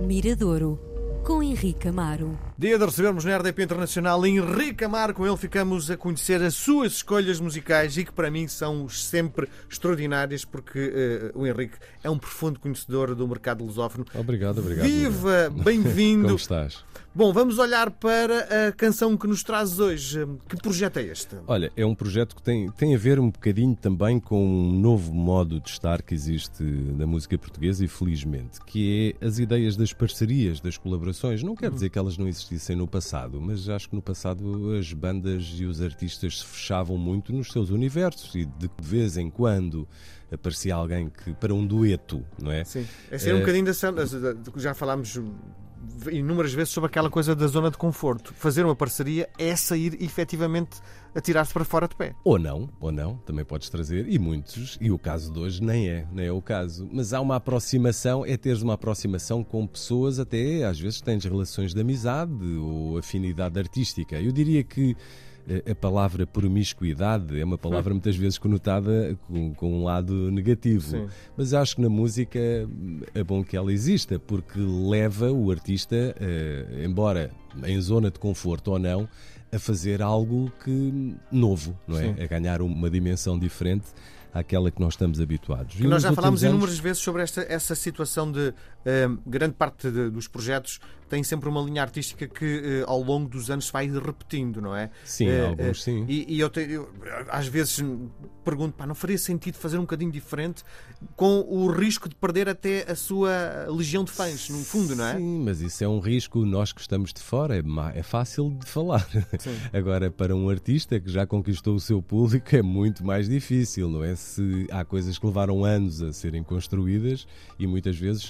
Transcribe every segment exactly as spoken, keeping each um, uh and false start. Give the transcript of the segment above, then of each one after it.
Miradouro, com Henrique Amaro. Dia de recebermos na R D P Internacional Henrique Amaro. Com ele ficamos a conhecer as suas escolhas musicais e que para mim são sempre extraordinárias, porque uh, o Henrique é um profundo conhecedor do mercado lusófono. Obrigado, obrigado. Viva, bem-vindo. Como estás? Bom, vamos olhar para a canção que nos trazes hoje. Que projeto é este? Olha, é um projeto que tem, tem a ver um bocadinho também com um novo modo de estar que existe na música portuguesa, e felizmente, que é as ideias das parcerias, das colaborações. Não quer dizer que elas não existissem no passado, mas acho que no passado as bandas e os artistas se fechavam muito nos seus universos e de vez em quando aparecia alguém que para um dueto, não é? Sim, é ser um é... bocadinho da... Já falámos inúmeras vezes sobre aquela coisa da zona de conforto. Fazer uma parceria é sair efetivamente a tirar-se para fora de pé. Ou não, ou não, também podes trazer, e muitos, e o caso de hoje nem é, nem é o caso. Mas há uma aproximação, é teres uma aproximação com pessoas, até às vezes tens relações de amizade ou afinidade artística. Eu diria que a palavra promiscuidade é uma palavra muitas vezes conotada com, com um lado negativo. Sim. Mas acho que na música é bom que ela exista, porque leva o artista, eh, embora em zona de conforto ou não, a fazer algo que novo, não é? Sim. A ganhar uma dimensão diferente àquela que nós estamos habituados. Que nós já falámos anos... inúmeras vezes sobre esta, essa situação de uh, grande parte de, dos projetos tem sempre uma linha artística que uh, ao longo dos anos se vai repetindo, não é? Sim, uh, alguns uh, sim. E, e eu, te, eu às vezes pergunto, pá, não faria sentido fazer um bocadinho diferente, com o risco de perder até a sua legião de fãs, no fundo, não é? Sim, mas isso é um risco, nós que estamos de fora, é, é fácil de falar. Sim. Agora, para um artista que já conquistou o seu público é muito mais difícil, não é? Se há coisas que levaram anos a serem construídas e muitas vezes,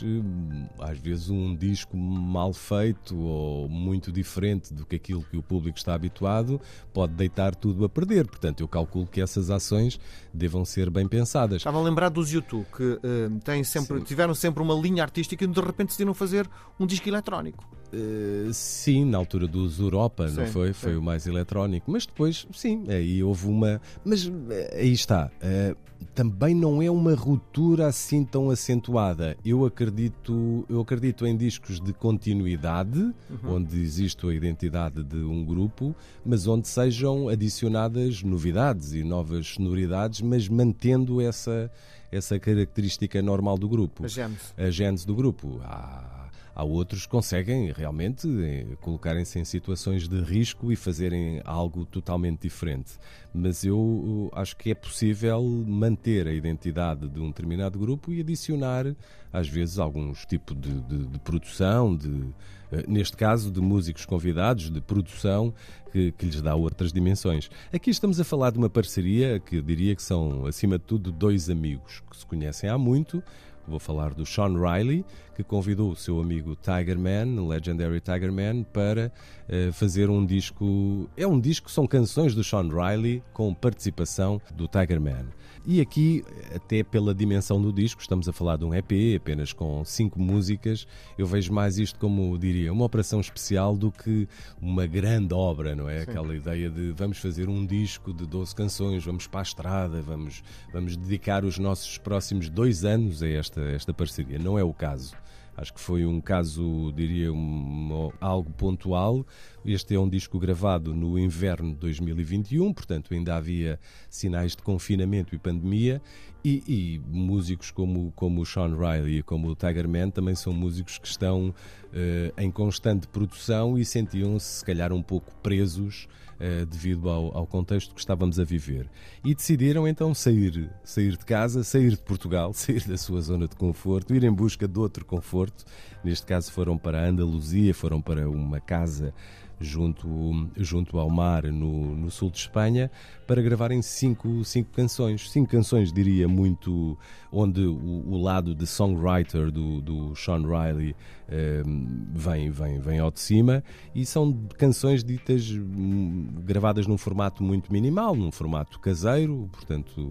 às vezes um disco mal feito ou muito diferente do que aquilo que o público está habituado pode deitar tudo a perder. Portanto, eu calculo que essas ações devam ser bem pensadas. Estava a lembrar dos U dois, que uh, têm sempre, tiveram sempre uma linha artística e de repente decidiram fazer um disco eletrónico. Uh, sim, na altura dos Europa, sim, não foi? Sim. Foi o mais eletrónico, mas depois, sim, aí houve uma... Mas aí está, uh, também não é uma ruptura assim tão acentuada. Eu acredito, eu acredito em discos de continuidade, uhum. onde existe a identidade de um grupo, mas onde sejam adicionadas novidades e novas sonoridades, mas mantendo essa, essa característica normal do grupo. A gênese. A gênese do grupo. Há... Há outros que conseguem realmente colocarem-se em situações de risco e fazerem algo totalmente diferente. Mas eu acho que é possível manter a identidade de um determinado grupo e adicionar, às vezes, alguns tipos de, de, de produção, de, neste caso, de músicos convidados, de produção, que, que lhes dá outras dimensões. Aqui estamos a falar de uma parceria que eu diria que são, acima de tudo, dois amigos que se conhecem há muito. Vou falar do Sean Riley, que convidou o seu amigo Tigerman, Legendary Tigerman, para uh, fazer um disco. É um disco, são canções do Sean Riley com participação do Tigerman. E aqui, até pela dimensão do disco, estamos a falar de um E P, apenas com cinco músicas. Eu vejo mais isto como, diria, uma operação especial do que uma grande obra, não é? Sim. Aquela ideia de vamos fazer um disco de doze canções, vamos para a estrada, vamos, vamos dedicar os nossos próximos dois anos a esta, esta parceria. Não é o caso. Acho que foi um caso, diria, um, algo pontual. Este é um disco gravado no inverno de dois mil e vinte e um, portanto ainda havia sinais de confinamento e pandemia, e, e músicos como, como o Sean Riley e como o Tigerman também são músicos que estão uh, em constante produção e sentiam-se, se calhar, um pouco presos Uh, devido ao, ao contexto que estávamos a viver. E decidiram então sair, sair de casa, sair de Portugal, sair da sua zona de conforto, ir em busca de outro conforto. Neste caso foram para a Andaluzia, foram para uma casa junto, junto ao mar no, no sul de Espanha, para gravarem cinco, cinco canções. Cinco canções, diria, muito onde o, o lado de songwriter do, do Sean Riley eh, vem, vem, vem ao de cima, e são canções ditas hum, gravadas num formato muito minimal, num formato caseiro, portanto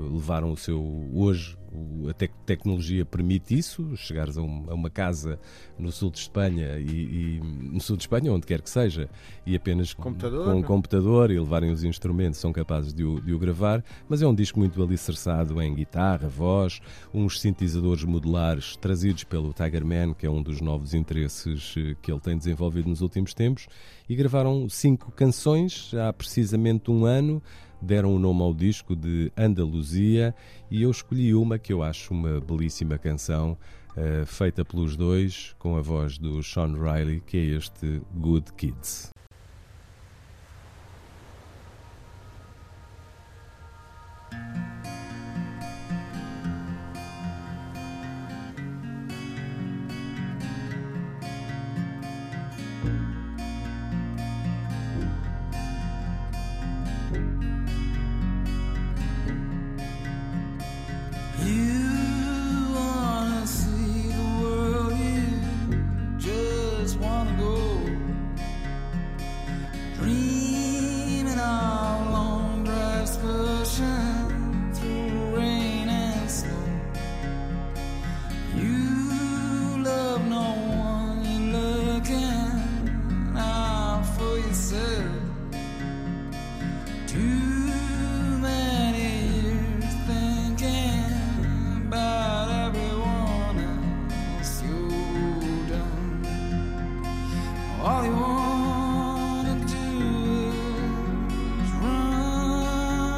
levaram o seu... Hoje a tec- tecnologia permite isso, chegares a, um, a uma casa no sul de Espanha, e, e no sul de Espanha, onde quer que seja, e apenas Computador, com um não? computador e levarem os instrumentos, são capazes de o, de o gravar. Mas é um disco muito alicerçado em guitarra, voz, uns sintetizadores modulares trazidos pelo Tiger Man, que é um dos novos interesses que ele tem desenvolvido nos últimos tempos, e gravaram cinco canções, já há precisamente um ano. Deram o nome ao disco de Andaluzia, e eu escolhi uma que eu acho uma belíssima canção, uh, feita pelos dois, com a voz do Sean Riley, que é este Good Kids. You wanna see the world, you just wanna go dreaming of long drives pushing through rain and snow. You love no one, you're looking out for yourself. Too many years thinking about everyone else you've done. All you wanna do is run.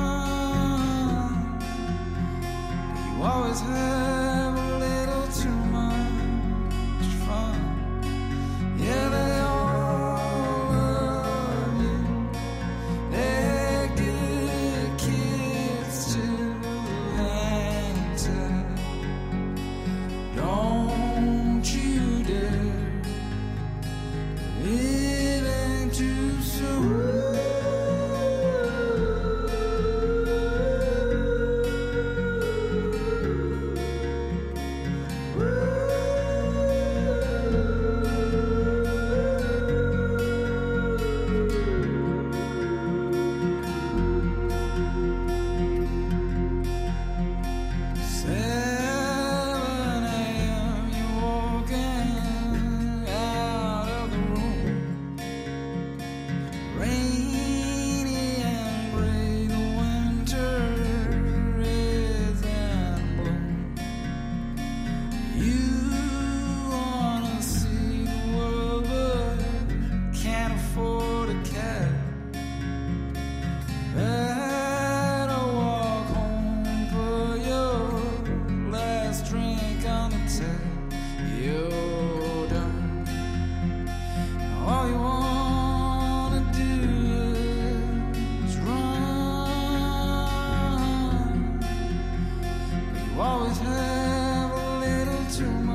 You always have a little too much fun. Yeah, they all love you. They're good kids to hang tight. Don't you dare living too soon. seven a.m. you're walking out of the room. Rainy and gray, the winter is in bloom. You wanna see the world, but can't afford a cab. Better walk home, put your last drink on the tap. You're done. All you wanna do is run. You always have a little too much